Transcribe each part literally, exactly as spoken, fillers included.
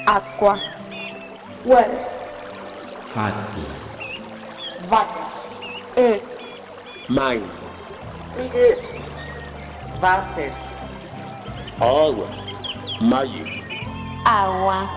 Aqua. Well. Hati. Water. Earth. Mind. Earth. Water. Agua. Magic. Agua.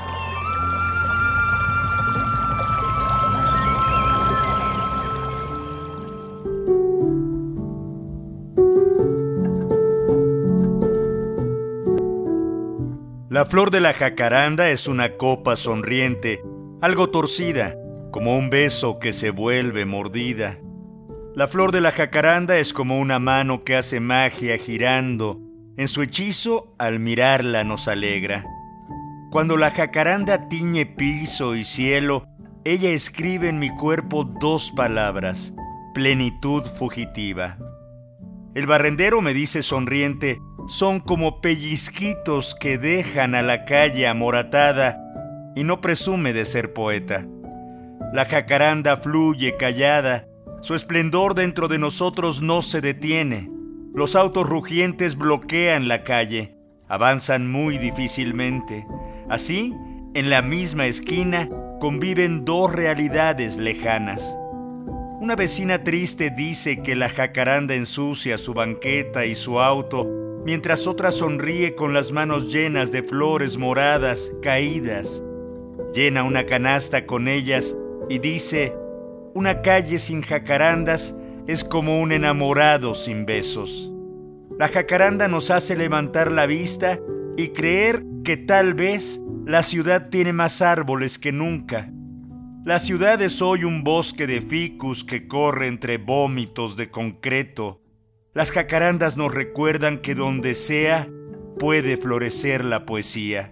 La flor de la jacaranda es una copa sonriente, algo torcida, como un beso que se vuelve mordida. La flor de la jacaranda es como una mano que hace magia girando. En su hechizo, al mirarla nos alegra. Cuando la jacaranda tiñe piso y cielo, ella escribe en mi cuerpo dos palabras: plenitud fugitiva. El barrendero me dice sonriente: son como pellizquitos que dejan a la calle amoratada, y no presume de ser poeta. La jacaranda fluye callada, su esplendor dentro de nosotros no se detiene. Los autos rugientes bloquean la calle, avanzan muy difícilmente. Así, en la misma esquina, conviven dos realidades lejanas. Una vecina triste dice que la jacaranda ensucia su banqueta y su auto, mientras otra sonríe con las manos llenas de flores moradas caídas. Llena una canasta con ellas y dice: una calle sin jacarandas es como un enamorado sin besos. La jacaranda nos hace levantar la vista y creer que tal vez la ciudad tiene más árboles que nunca. La ciudad es hoy un bosque de ficus que corre entre vómitos de concreto. Las jacarandas nos recuerdan que donde sea puede florecer la poesía.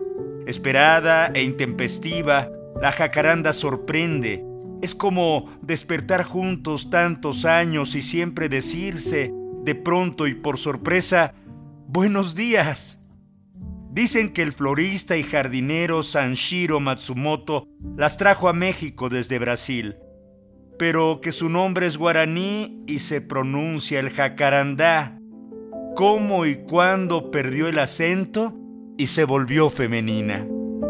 Esperada e intempestiva, la jacaranda sorprende. Es como despertar juntos tantos años y siempre decirse, de pronto y por sorpresa: ¡buenos días! Dicen que el florista y jardinero Sanshiro Matsumoto las trajo a México desde Brasil, pero que su nombre es guaraní y se pronuncia el jacarandá. ¿Cómo y cuándo perdió el acento y se volvió femenina?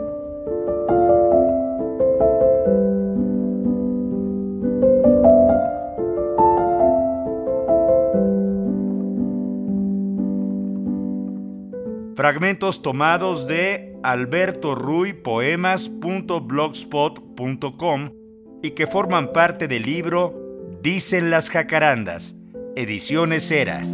Fragmentos tomados de alberto ruy poemas punto blogspot punto com y que forman parte del libro Dicen las jacarandas, Ediciones Era.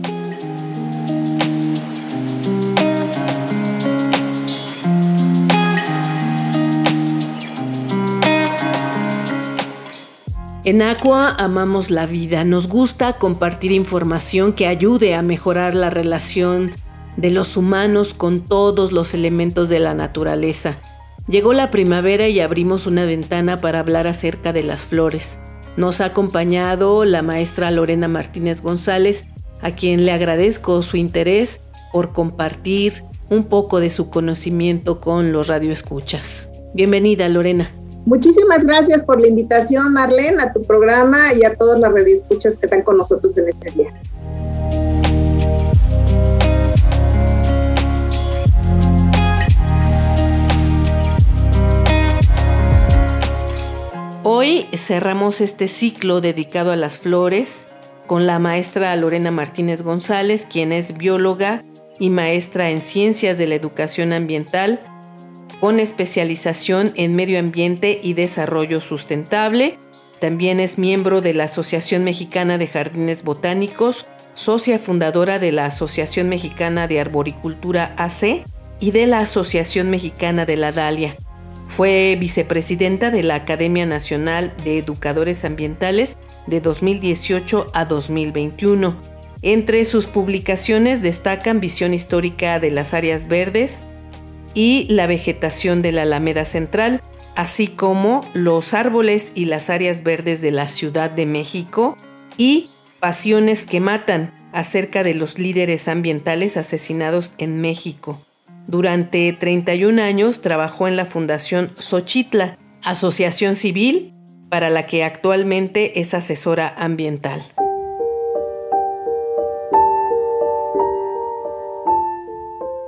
En Aqua amamos la vida, nos gusta compartir información que ayude a mejorar la relación de los humanos con todos los elementos de la naturaleza. Llegó la primavera y abrimos una ventana para hablar acerca de las flores. Nos ha acompañado la maestra Lorena Martínez González, a quien le agradezco su interés por compartir un poco de su conocimiento con los radioescuchas. Bienvenida, Lorena. Muchísimas gracias por la invitación, Marlene, a tu programa y a todos los radioescuchas que están con nosotros en este día. Hoy cerramos este ciclo dedicado a las flores con la maestra Lorena Martínez González, quien es bióloga y maestra en Ciencias de la Educación Ambiental, con especialización en Medio Ambiente y Desarrollo Sustentable. También es miembro de la Asociación Mexicana de Jardines Botánicos, socia fundadora de la Asociación Mexicana de Arboricultura A C y de la Asociación Mexicana de la Dalia. Fue vicepresidenta de la Academia Nacional de Educadores Ambientales de dos mil dieciocho a dos mil veintiuno. Entre sus publicaciones destacan Visión histórica de las áreas verdes y la vegetación de la Alameda Central, así como Los árboles y las áreas verdes de la Ciudad de México y Pasiones que matan, acerca de los líderes ambientales asesinados en México. Durante treinta y un años trabajó en la Fundación Xochitla, asociación civil para la que actualmente es asesora ambiental.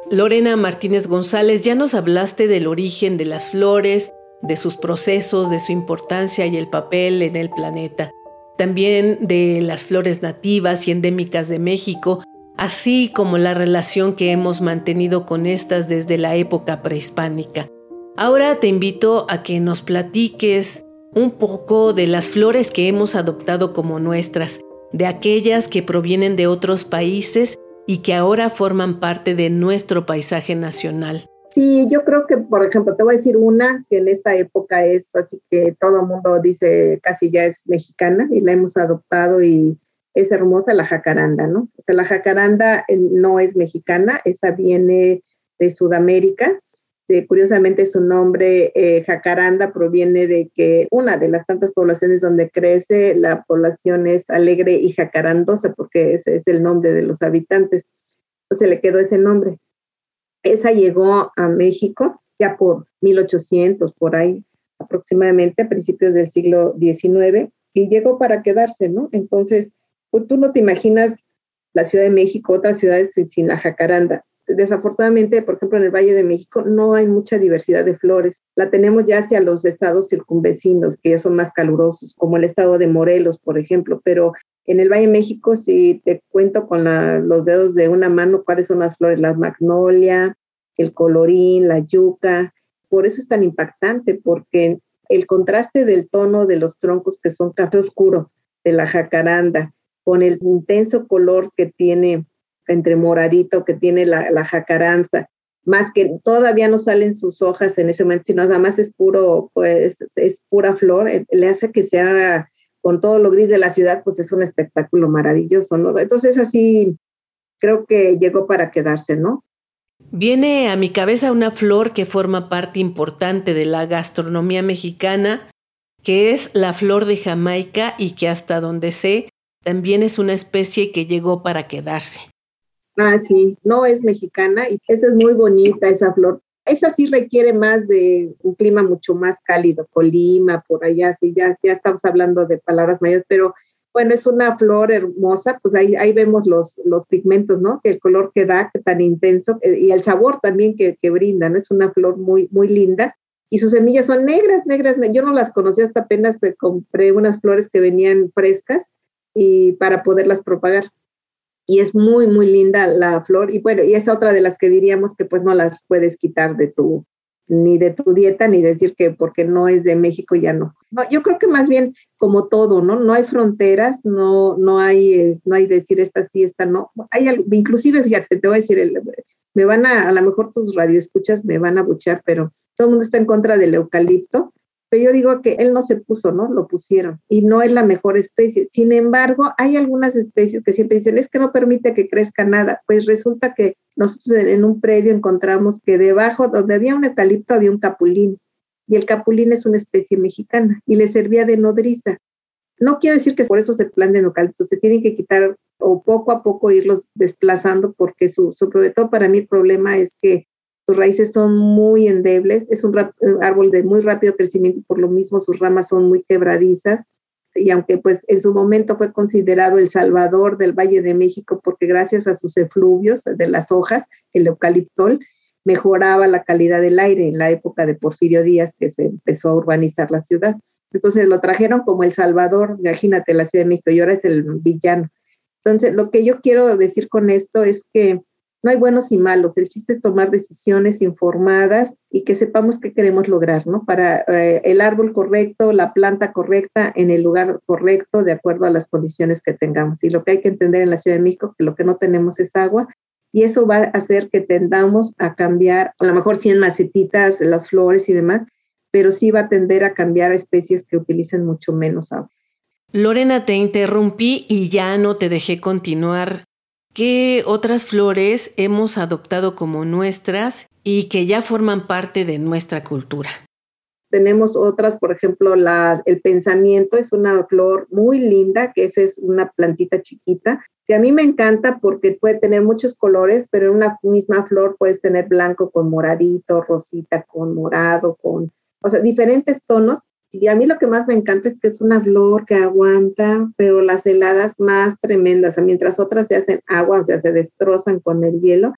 Lorena Martínez González, ya nos hablaste del origen de las flores, de sus procesos, de su importancia y el papel en el planeta. También de las flores nativas y endémicas de México, así como la relación que hemos mantenido con estas desde la época prehispánica. Ahora te invito a que nos platiques un poco de las flores que hemos adoptado como nuestras, de aquellas que provienen de otros países y que ahora forman parte de nuestro paisaje nacional. Sí, yo creo que, por ejemplo, te voy a decir una que en esta época es así que todo el mundo dice casi ya es mexicana y la hemos adoptado y es hermosa, la jacaranda, ¿no? O sea, la jacaranda no es mexicana, esa viene de Sudamérica. Eh, curiosamente su nombre, eh, jacaranda, proviene de que una de las tantas poblaciones donde crece, la población es alegre y jacarandosa, porque ese es el nombre de los habitantes. Entonces le quedó ese nombre. Esa llegó a México ya por mil ochocientos, por ahí, aproximadamente a principios del siglo diecinueve, y llegó para quedarse, ¿no? Entonces, pues tú no te imaginas la Ciudad de México, otras ciudades sin la jacaranda. Desafortunadamente, por ejemplo, en el Valle de México no hay mucha diversidad de flores. La tenemos ya hacia los estados circunvecinos, que ya son más calurosos, como el estado de Morelos, por ejemplo, pero en el Valle de México, si te cuento con la, los dedos de una mano cuáles son las flores, la magnolia, el colorín, la yuca. Por eso es tan impactante, porque el contraste del tono de los troncos, que son café oscuro, de la jacaranda, con el intenso color que tiene entre moradito, que tiene la, la jacaranda, más que todavía no salen sus hojas en ese momento, sino nada más es puro, pues, es pura flor, le hace que sea, con todo lo gris de la ciudad, pues es un espectáculo maravilloso, ¿no? Entonces así creo que llegó para quedarse, ¿no? Viene a mi cabeza una flor que forma parte importante de la gastronomía mexicana, que es la flor de Jamaica y que hasta donde sé, también es una especie que llegó para quedarse. Ah, sí, no es mexicana y esa es muy bonita, esa flor. Esa sí requiere más de un clima mucho más cálido, Colima, por allá, sí, ya, ya estamos hablando de palabras mayores, pero bueno, es una flor hermosa, pues ahí, ahí vemos los, los pigmentos, ¿no? El color que da, que tan intenso, y el sabor también que, que brinda, ¿no? Es una flor muy, muy linda, y sus semillas son negras, negras, yo no las conocía hasta apenas eh, compré unas flores que venían frescas y para poderlas propagar. Y es muy, muy linda la flor, y bueno, y es otra de las que diríamos que pues no las puedes quitar de tu, ni de tu dieta, ni decir que porque no es de México ya no. No, yo creo que más bien como todo, ¿no? No hay fronteras, no, no hay, es, no hay decir esta sí, esta no. Hay algo, inclusive, fíjate, te voy a decir, el, me van a, a lo mejor tus radioescuchas me van a buchar, pero todo el mundo está en contra del eucalipto. Pero yo digo que él no se puso, ¿no? Lo pusieron. Y no es la mejor especie. Sin embargo, hay algunas especies que siempre dicen, es que no permite que crezca nada. Pues resulta que nosotros en, en un predio encontramos que debajo, donde había un eucalipto, había un capulín. Y el capulín es una especie mexicana y le servía de nodriza. No quiero decir que por eso se planten eucaliptos. Se tienen que quitar o poco a poco irlos desplazando, porque su, sobre todo para mí el problema es que sus raíces son muy endebles, es un rap, árbol de muy rápido crecimiento y por lo mismo sus ramas son muy quebradizas, y aunque pues en su momento fue considerado el salvador del Valle de México porque gracias a sus efluvios de las hojas, el eucaliptol, mejoraba la calidad del aire en la época de Porfirio Díaz, que se empezó a urbanizar la ciudad. Entonces lo trajeron como el salvador, imagínate, la Ciudad de México, y ahora es el villano. Entonces lo que yo quiero decir con esto es que no hay buenos y malos, el chiste es tomar decisiones informadas y que sepamos qué queremos lograr, ¿no? Para eh, el árbol correcto, la planta correcta, en el lugar correcto, de acuerdo a las condiciones que tengamos. Y lo que hay que entender en la Ciudad de México, que lo que no tenemos es agua, y eso va a hacer que tendamos a cambiar, a lo mejor sí en macetitas, las flores y demás, pero sí va a tender a cambiar a especies que utilicen mucho menos agua. Lorena, te interrumpí y ya no te dejé continuar. ¿Qué otras flores hemos adoptado como nuestras y que ya forman parte de nuestra cultura? Tenemos otras, por ejemplo, la, el pensamiento es una flor muy linda, que esa es una plantita chiquita, que a mí me encanta porque puede tener muchos colores, pero en una misma flor puedes tener blanco con moradito, rosita con morado, con, o sea, diferentes tonos. Y a mí lo que más me encanta es que es una flor que aguanta, pero las heladas más tremendas, mientras otras se hacen agua, o sea, se destrozan con el hielo.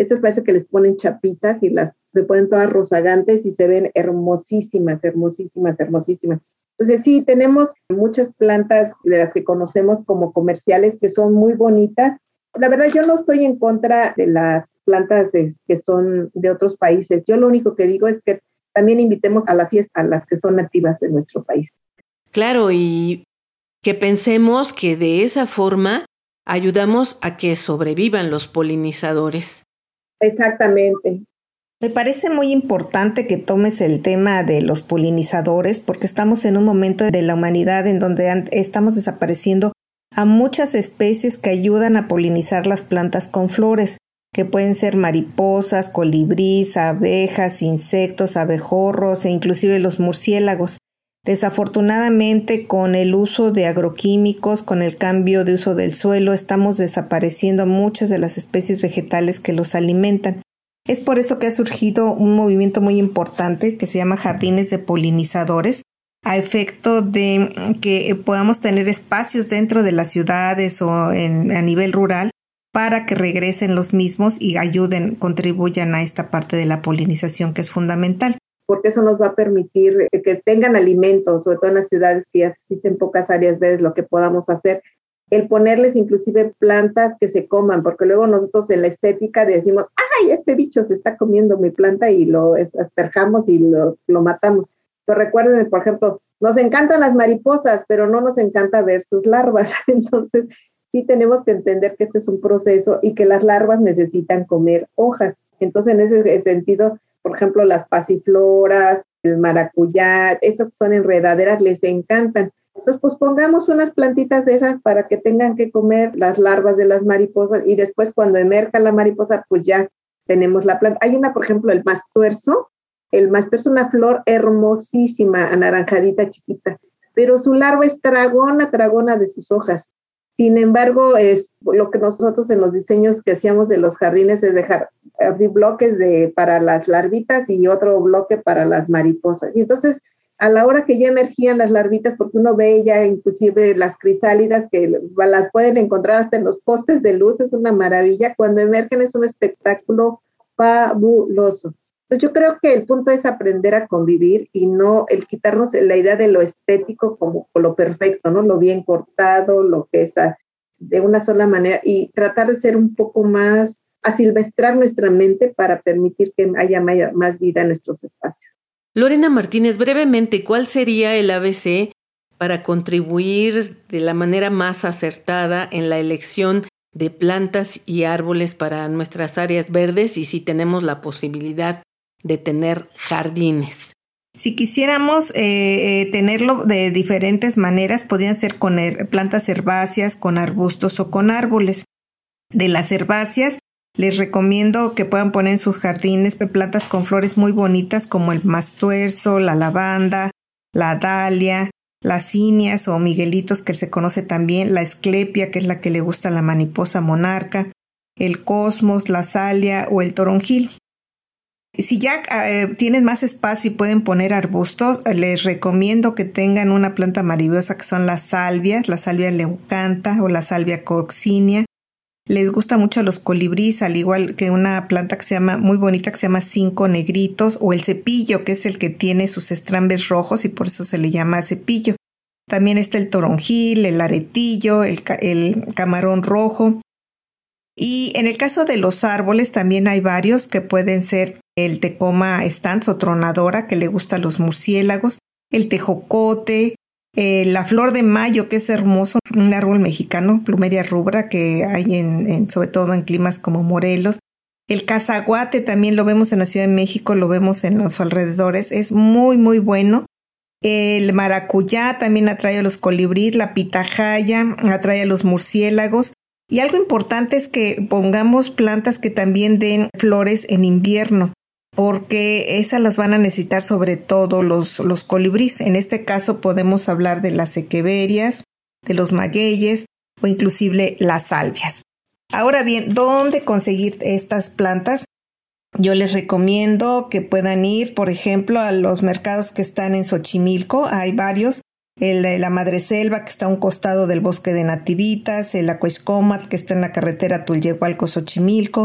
Estas parece que les ponen chapitas y las se ponen todas rozagantes y se ven hermosísimas, hermosísimas, hermosísimas. Entonces sí, tenemos muchas plantas de las que conocemos como comerciales que son muy bonitas. La verdad, yo no estoy en contra de las plantas que son de otros países. Yo lo único que digo es que también invitemos a la fiesta a las que son nativas de nuestro país. Claro, y que pensemos que de esa forma ayudamos a que sobrevivan los polinizadores. Exactamente. Me parece muy importante que tomes el tema de los polinizadores porque estamos en un momento de la humanidad en donde estamos desapareciendo a muchas especies que ayudan a polinizar las plantas con flores, que pueden ser mariposas, colibríes, abejas, insectos, abejorros e inclusive los murciélagos. Desafortunadamente, con el uso de agroquímicos, con el cambio de uso del suelo, estamos desapareciendo muchas de las especies vegetales que los alimentan. Es por eso que ha surgido un movimiento muy importante que se llama Jardines de Polinizadores, a efecto de que podamos tener espacios dentro de las ciudades o en, a nivel rural para que regresen los mismos y ayuden, contribuyan a esta parte de la polinización que es fundamental. Porque eso nos va a permitir que tengan alimentos, sobre todo en las ciudades que ya existen pocas áreas verdes, lo que podamos hacer, el ponerles inclusive plantas que se coman, porque luego nosotros en la estética decimos, ¡ay, este bicho se está comiendo mi planta! Y lo asperjamos y lo, lo matamos. Pero recuerden, por ejemplo, nos encantan las mariposas, pero no nos encanta ver sus larvas. Entonces, sí tenemos que entender que este es un proceso y que las larvas necesitan comer hojas. Entonces, en ese sentido, por ejemplo, las pasifloras, el maracuyá, estas que son enredaderas, les encantan. Entonces, pues pongamos unas plantitas de esas para que tengan que comer las larvas de las mariposas y después cuando emerja la mariposa, pues ya tenemos la planta. Hay una, por ejemplo, el mastuerzo. El mastuerzo es una flor hermosísima, anaranjadita, chiquita, pero su larva es tragona, tragona de sus hojas. Sin embargo, es lo que nosotros en los diseños que hacíamos de los jardines es dejar así, bloques de, para las larvitas y otro bloque para las mariposas. Y entonces, a la hora que ya emergían las larvitas, porque uno ve ya inclusive las crisálidas que las pueden encontrar hasta en los postes de luz, es una maravilla. Cuando emergen es un espectáculo fabuloso. Pues yo creo que el punto es aprender a convivir y no el quitarnos la idea de lo estético como lo perfecto, ¿no? Lo bien cortado, lo que es a, de una sola manera y tratar de ser un poco más, asilvestrar nuestra mente para permitir que haya más vida en nuestros espacios. Lorena Martínez, brevemente, ¿cuál sería el A B C para contribuir de la manera más acertada en la elección de plantas y árboles para nuestras áreas verdes y si tenemos la posibilidad de tener jardines? Si quisiéramos eh, eh, tenerlo de diferentes maneras, podrían ser con her- plantas herbáceas, con arbustos o con árboles. De las herbáceas, les recomiendo que puedan poner en sus jardines plantas con flores muy bonitas como el mastuerzo, la lavanda, la dalia, las cinias o miguelitos que se conoce también, la esclepia, que es la que le gusta a la mariposa monarca, el cosmos, la salia o el toronjil. Si ya eh, tienen más espacio y pueden poner arbustos, les recomiendo que tengan una planta maravillosa que son las salvias, la salvia leucanta o la salvia coccinea. Les gusta mucho a los colibríes, al igual que una planta que se llama muy bonita que se llama cinco negritos o el cepillo, que es el que tiene sus estrambes rojos y por eso se le llama cepillo. También está el toronjil, el aretillo, el, el camarón rojo. Y en el caso de los árboles también hay varios que pueden ser el tecoma stans o tronadora que le gusta a los murciélagos, el tejocote, eh, la flor de mayo que es hermoso, un árbol mexicano, plumeria rubra que hay en, en sobre todo en climas como Morelos. El cazaguate también lo vemos en la Ciudad de México, lo vemos en los alrededores, es muy muy bueno. El maracuyá también atrae a los colibríes, la pitahaya atrae a los murciélagos. Y algo importante es que pongamos plantas que también den flores en invierno, porque esas las van a necesitar sobre todo los, los colibríes. En este caso podemos hablar de las equeverias, de los magueyes o inclusive las salvias. Ahora bien, ¿dónde conseguir estas plantas? Yo les recomiendo que puedan ir, por ejemplo, a los mercados que están en Xochimilco. Hay varios. El de la Madreselva, que está a un costado del bosque de Nativitas, el Acuexcómatl, que está en la carretera Tulyehualco-Xochimilco,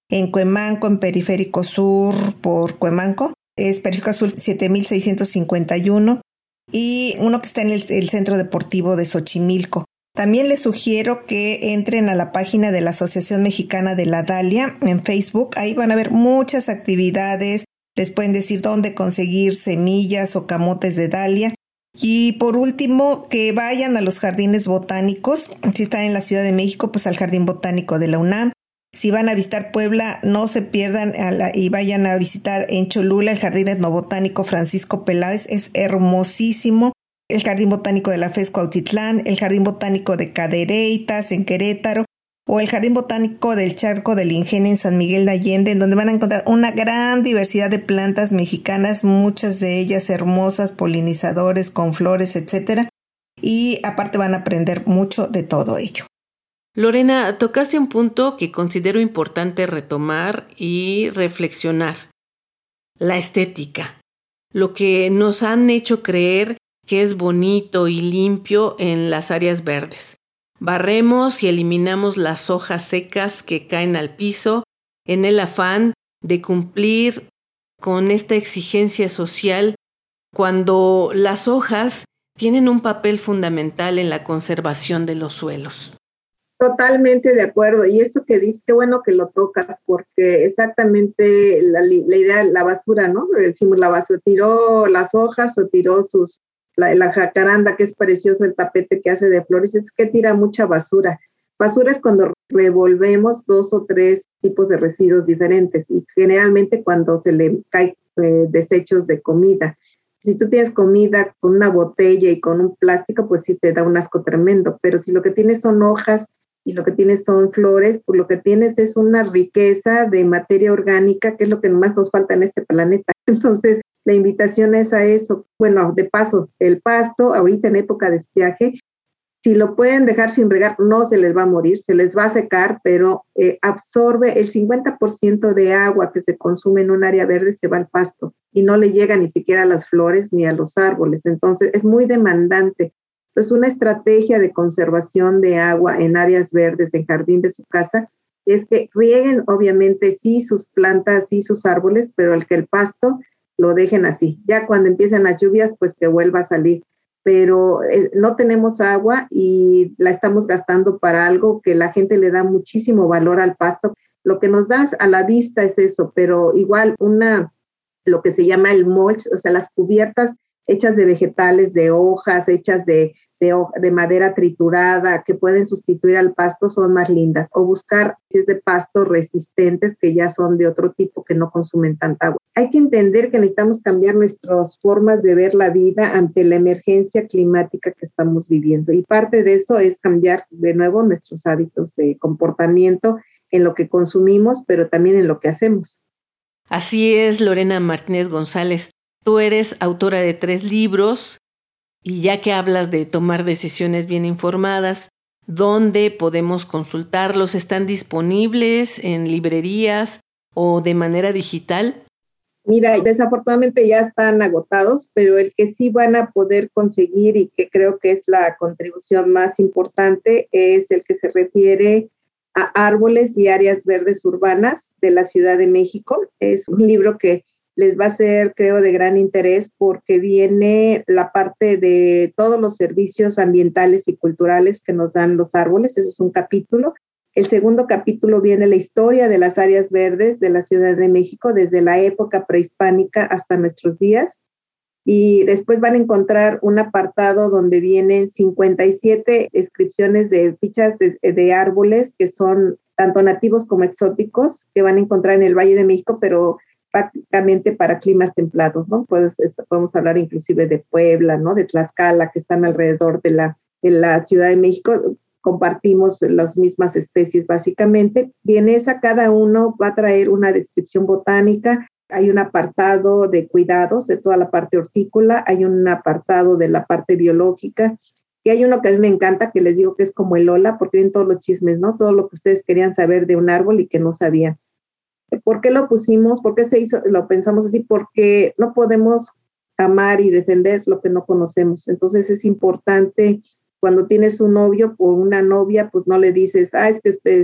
en Cuemanco, en Periférico Sur por Cuemanco. Es Periférico Sur siete mil seiscientos cincuenta y uno y uno que está en el, el Centro Deportivo de Xochimilco. También les sugiero que entren a la página de la Asociación Mexicana de la Dalia en Facebook. Ahí van a ver muchas actividades. Les pueden decir dónde conseguir semillas o camotes de dalia. Y por último, que vayan a los jardines botánicos. Si están en la Ciudad de México, pues al Jardín Botánico de la UNAM. Si van a visitar Puebla, no se pierdan a la, y vayan a visitar en Cholula el Jardín Etnobotánico Francisco Peláez. Es hermosísimo. El Jardín Botánico de la FES Cuautitlán, el Jardín Botánico de Cadereytas en Querétaro o el Jardín Botánico del Charco del Ingenio en San Miguel de Allende, en donde van a encontrar una gran diversidad de plantas mexicanas, muchas de ellas hermosas, polinizadores, con flores, etcétera. Y aparte van a aprender mucho de todo ello. Lorena, tocaste un punto que considero importante retomar y reflexionar. La estética. Lo que nos han hecho creer que es bonito y limpio en las áreas verdes. Barremos y eliminamos las hojas secas que caen al piso en el afán de cumplir con esta exigencia social cuando las hojas tienen un papel fundamental en la conservación de los suelos. Totalmente de acuerdo. Y esto que dices, qué bueno que lo tocas, porque exactamente la, la idea, la basura, ¿no? Decimos la basura, tiró las hojas o tiró sus La, la jacaranda, que es precioso el tapete que hace de flores, es que tira mucha basura. Basura es cuando revolvemos dos o tres tipos de residuos diferentes y generalmente cuando se le caen eh, desechos de comida. Si tú tienes comida con una botella y con un plástico, pues sí te da un asco tremendo, pero si lo que tienes son hojas y lo que tienes son flores, pues lo que tienes es una riqueza de materia orgánica, que es lo que más nos falta en este planeta. Entonces, la invitación es a eso. Bueno, de paso, el pasto, ahorita en época de estiaje, si lo pueden dejar sin regar, no se les va a morir, se les va a secar, pero eh, absorbe el cincuenta por ciento de agua que se consume en un área verde, se va al pasto y no le llega ni siquiera a las flores ni a los árboles. Entonces, es muy demandante. Entonces, una estrategia de conservación de agua en áreas verdes, en jardín de su casa, es que rieguen, obviamente, sí sus plantas, sí sus árboles, pero el que el pasto lo dejen así. Ya cuando empiezan las lluvias, pues que vuelva a salir. Pero eh, no tenemos agua y la estamos gastando para algo que la gente le da muchísimo valor al pasto. Lo que nos da a la vista es eso, pero igual una, lo que se llama el mulch, o sea, las cubiertas hechas de vegetales, de hojas, hechas de, de, de madera triturada, que pueden sustituir al pasto, son más lindas. O buscar si es de pasto resistentes, que ya son de otro tipo, que no consumen tanta agua. Hay que entender que necesitamos cambiar nuestras formas de ver la vida ante la emergencia climática que estamos viviendo. Y parte de eso es cambiar de nuevo nuestros hábitos de comportamiento en lo que consumimos, pero también en lo que hacemos. Así es, Lorena Martínez González. Tú eres autora de tres libros y ya que hablas de tomar decisiones bien informadas, ¿dónde podemos consultarlos? ¿Están disponibles en librerías o de manera digital? Mira, desafortunadamente ya están agotados, pero el que sí van a poder conseguir y que creo que es la contribución más importante es el que se refiere a árboles y áreas verdes urbanas de la Ciudad de México. Es un libro que les va a ser, creo, de gran interés porque viene la parte de todos los servicios ambientales y culturales que nos dan los árboles. Ese es un capítulo. El segundo capítulo viene la historia de las áreas verdes de la Ciudad de México desde la época prehispánica hasta nuestros días. Y después van a encontrar un apartado donde vienen cincuenta y siete descripciones de fichas de, de árboles que son tanto nativos como exóticos que van a encontrar en el Valle de México, pero prácticamente para climas templados, ¿no? Pues, podemos hablar inclusive de Puebla, ¿no? De Tlaxcala, que están alrededor de la, de la Ciudad de México. Compartimos las mismas especies básicamente. Y en esa cada uno va a traer una descripción botánica. Hay un apartado de cuidados de toda la parte hortícola, hay un apartado de la parte biológica, y hay uno que a mí me encanta, que les digo que es como el Lola, porque vienen todos los chismes, ¿no? Todo lo que ustedes querían saber de un árbol y que no sabían. ¿Por qué lo pusimos? ¿Por qué se hizo? Lo pensamos así, porque no podemos amar y defender lo que no conocemos. Entonces es importante, cuando tienes un novio o una novia, pues no le dices, ah, es que este,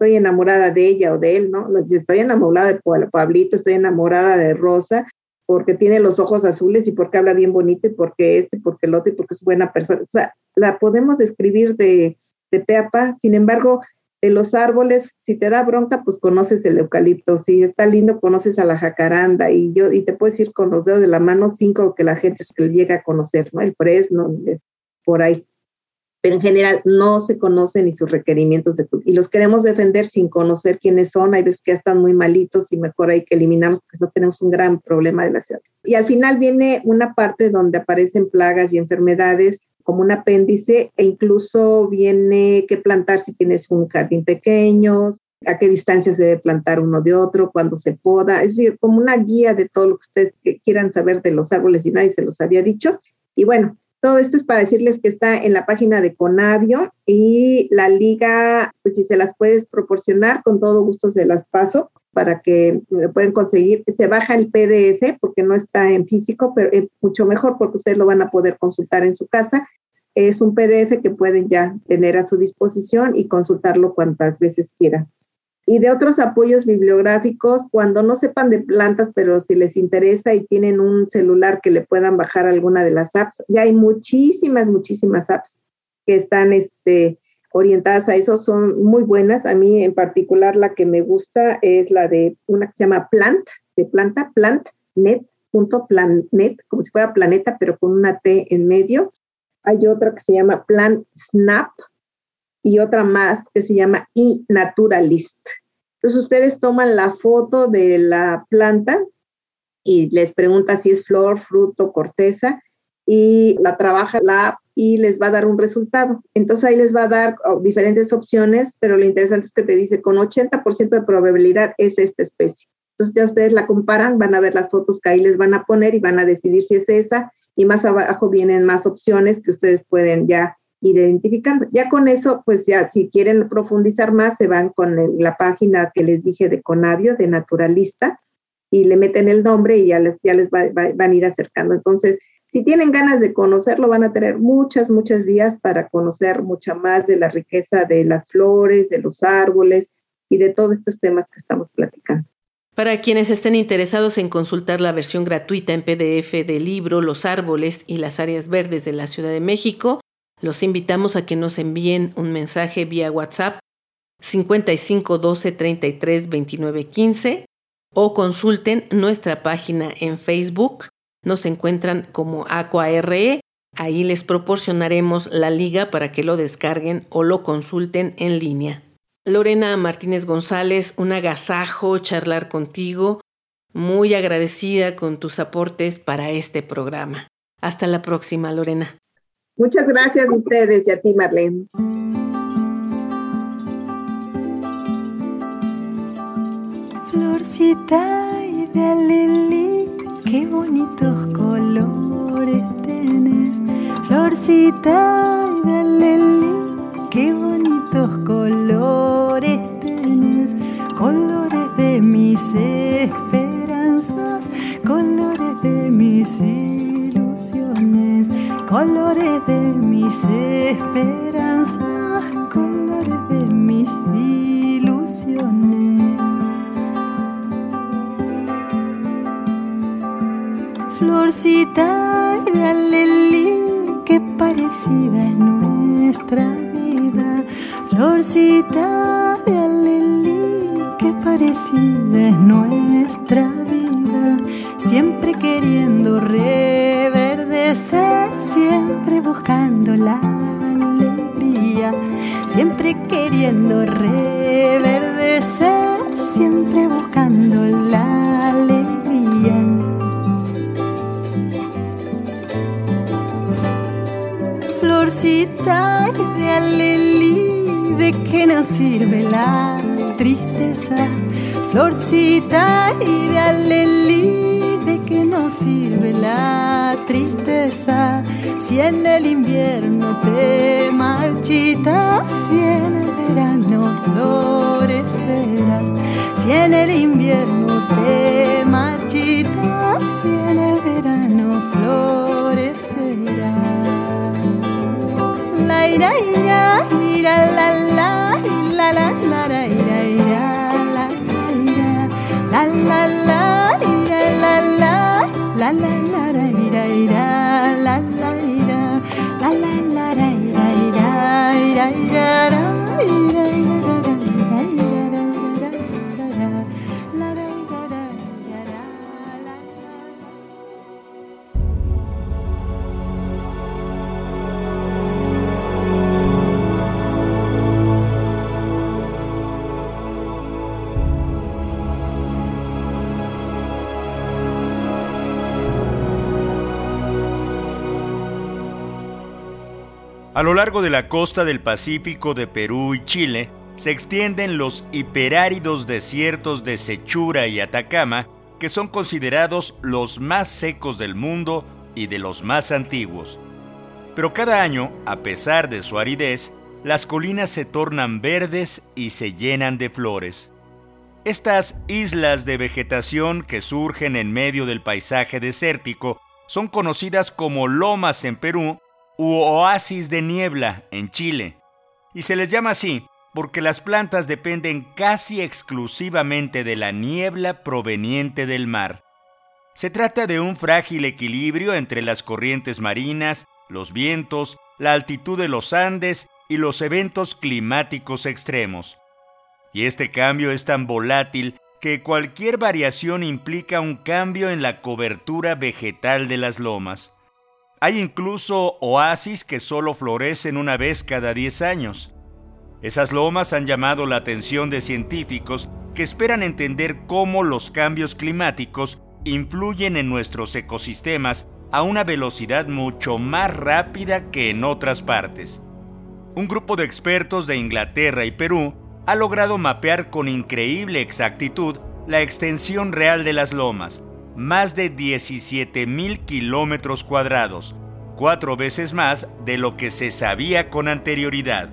estoy enamorada de ella o de él, ¿no? Estoy enamorada de Pablito, estoy enamorada de Rosa, porque tiene los ojos azules y porque habla bien bonito y porque este, porque el otro y porque es buena persona. O sea, la podemos describir de, de pe a pa. Sin embargo, de los árboles, si te da bronca, pues conoces el eucalipto. Si está lindo, conoces a la jacaranda. Y yo y te puedes ir con los dedos de la mano cinco que la gente se llega a conocer, ¿no? El fresno, por ahí. Pero en general no se conocen ni sus requerimientos de, y los queremos defender sin conocer quiénes son. Hay veces que ya están muy malitos y mejor hay que eliminarlos porque no tenemos un gran problema de la ciudad. Y al final viene una parte donde aparecen plagas y enfermedades como un apéndice, e incluso viene qué plantar si tienes un jardín pequeño, a qué distancia se debe plantar uno de otro, cuándo se poda, es decir, como una guía de todo lo que ustedes quieran saber de los árboles y nadie se los había dicho. Y bueno, todo esto es para decirles que está en la página de Conavio y la liga, pues si se las puedes proporcionar, con todo gusto se las paso para que lo pueden conseguir. Se baja el pe de efe porque no está en físico, pero es mucho mejor porque ustedes lo van a poder consultar en su casa. Es un pe de efe que pueden ya tener a su disposición y consultarlo cuantas veces quieran. Y de otros apoyos bibliográficos, cuando no sepan de plantas, pero si les interesa y tienen un celular que le puedan bajar alguna de las apps, ya hay muchísimas, muchísimas apps que están este, orientadas a eso, son muy buenas. A mí en particular la que me gusta es la de una que se llama Plant, de planta, plantnet punto planet, como si fuera planeta, pero con una T en medio. Hay otra que se llama Plant Snap, y otra más que se llama iNaturalist. Entonces ustedes toman la foto de la planta y les pregunta si es flor, fruto, corteza, y la trabaja la app y les va a dar un resultado. Entonces ahí les va a dar oh, diferentes opciones, pero lo interesante es que te dice con ochenta por ciento de probabilidad es esta especie. Entonces ya ustedes la comparan, van a ver las fotos que ahí les van a poner y van a decidir si es esa, y más abajo vienen más opciones que ustedes pueden ya identificando. Ya con eso, pues ya si quieren profundizar más, se van con el, la página que les dije de Conavio, de Naturalista, y le meten el nombre y ya les, ya les va, va, van a ir acercando. Entonces, si tienen ganas de conocerlo, van a tener muchas, muchas vías para conocer mucha más de la riqueza de las flores, de los árboles y de todos estos temas que estamos platicando. Para quienes estén interesados en consultar la versión gratuita en pe de efe del libro Los árboles y las áreas verdes de la Ciudad de México, los invitamos a que nos envíen un mensaje vía WhatsApp cincuenta y cinco doce treinta y tres veintinueve quince o consulten nuestra página en Facebook. Nos encuentran como AquaRE. Ahí les proporcionaremos la liga para que lo descarguen o lo consulten en línea. Lorena Martínez González, un agasajo charlar contigo. Muy agradecida con tus aportes para este programa. Hasta la próxima, Lorena. Muchas gracias a ustedes y a ti, Marlene. Florcita y de alelí, qué bonitos colores tenés. Florcita y de alelí, qué bonitos colores tenés. Colores de mis esperanzas, colores de mis ilusiones, colores de mis esperanzas, colores de mis ilusiones. Florcita de alelí, qué parecida es nuestra vida. Florcita de alelí, qué parecida es nuestra vida. Siempre queriendo reverdecer, siempre buscando la alegría. Siempre queriendo reverdecer, siempre buscando la alegría. Florcita de alelí, ¿de qué nos sirve la tristeza? Florcita y de alelí, ¿de qué nos sirve la tristeza? Si en el invierno te marchitas, si en el verano florecerás. Si en el invierno te marchitas, si en el verano florecerás. La ira ira ira la la la la la la ira la la ra ira ira, la la ira, la la la ra ira ira, ira ira ra, ira ira ra ra, ira ra ra ra ra, la ra ira ra ira ra, la la. A lo largo de la costa del Pacífico de Perú y Chile se extienden los hiperáridos desiertos de Sechura y Atacama, que son considerados los más secos del mundo y de los más antiguos. Pero cada año, a pesar de su aridez, las colinas se tornan verdes y se llenan de flores. Estas islas de vegetación que surgen en medio del paisaje desértico son conocidas como lomas en Perú u oasis de niebla en Chile, y se les llama así porque las plantas dependen casi exclusivamente de la niebla proveniente del mar. Se trata de un frágil equilibrio entre las corrientes marinas, los vientos, la altitud de los Andes y los eventos climáticos extremos. Y este cambio es tan volátil que cualquier variación implica un cambio en la cobertura vegetal de las lomas. Hay incluso oasis que solo florecen una vez cada diez años. Esas lomas han llamado la atención de científicos que esperan entender cómo los cambios climáticos influyen en nuestros ecosistemas a una velocidad mucho más rápida que en otras partes. Un grupo de expertos de Inglaterra y Perú ha logrado mapear con increíble exactitud la extensión real de las lomas, más de diecisiete mil kilómetros cuadrados, cuatro veces más de lo que se sabía con anterioridad.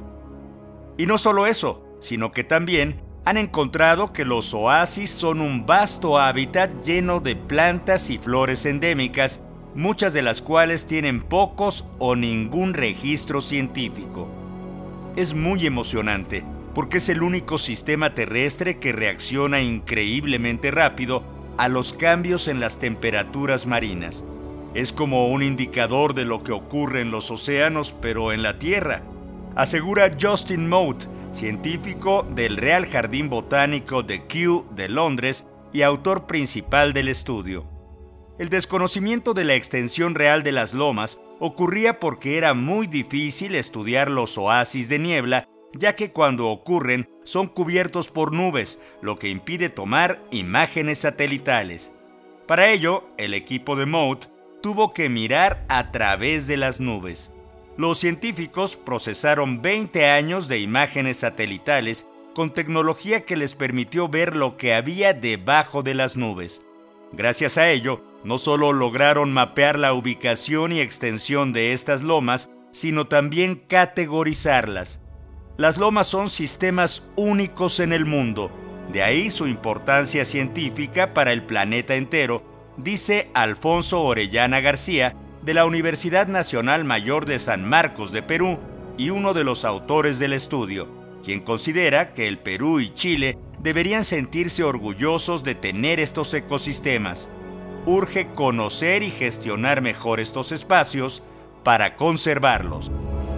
Y no solo eso, sino que también han encontrado que los oasis son un vasto hábitat lleno de plantas y flores endémicas, muchas de las cuales tienen pocos o ningún registro científico. Es muy emocionante, porque es el único sistema terrestre que reacciona increíblemente rápido a los cambios en las temperaturas marinas. Es como un indicador de lo que ocurre en los océanos, pero en la Tierra, asegura Justin Mote, científico del Real Jardín Botánico de Kew de Londres y autor principal del estudio. El desconocimiento de la extensión real de las lomas ocurría porque era muy difícil estudiar los oasis de niebla, ya que cuando ocurren son cubiertos por nubes, lo que impide tomar imágenes satelitales. Para ello, el equipo de Mote tuvo que mirar a través de las nubes. Los científicos procesaron veinte años de imágenes satelitales con tecnología que les permitió ver lo que había debajo de las nubes. Gracias a ello, no solo lograron mapear la ubicación y extensión de estas lomas, sino también categorizarlas. Las lomas son sistemas únicos en el mundo, de ahí su importancia científica para el planeta entero, dice Alfonso Orellana García, de la Universidad Nacional Mayor de San Marcos de Perú y uno de los autores del estudio, quien considera que el Perú y Chile deberían sentirse orgullosos de tener estos ecosistemas. Urge conocer y gestionar mejor estos espacios para conservarlos.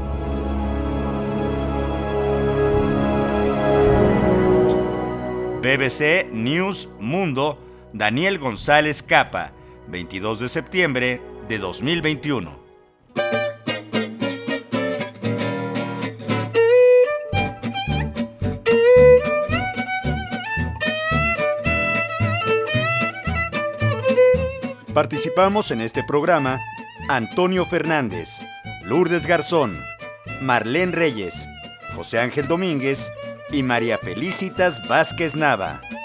B B C News Mundo, Daniel González Capa, veintidós de septiembre de dos mil veintiuno. Participamos en este programa Antonio Fernández, Lourdes Garzón, Marlene Reyes, José Ángel Domínguez y María Felicitas Vázquez Nava.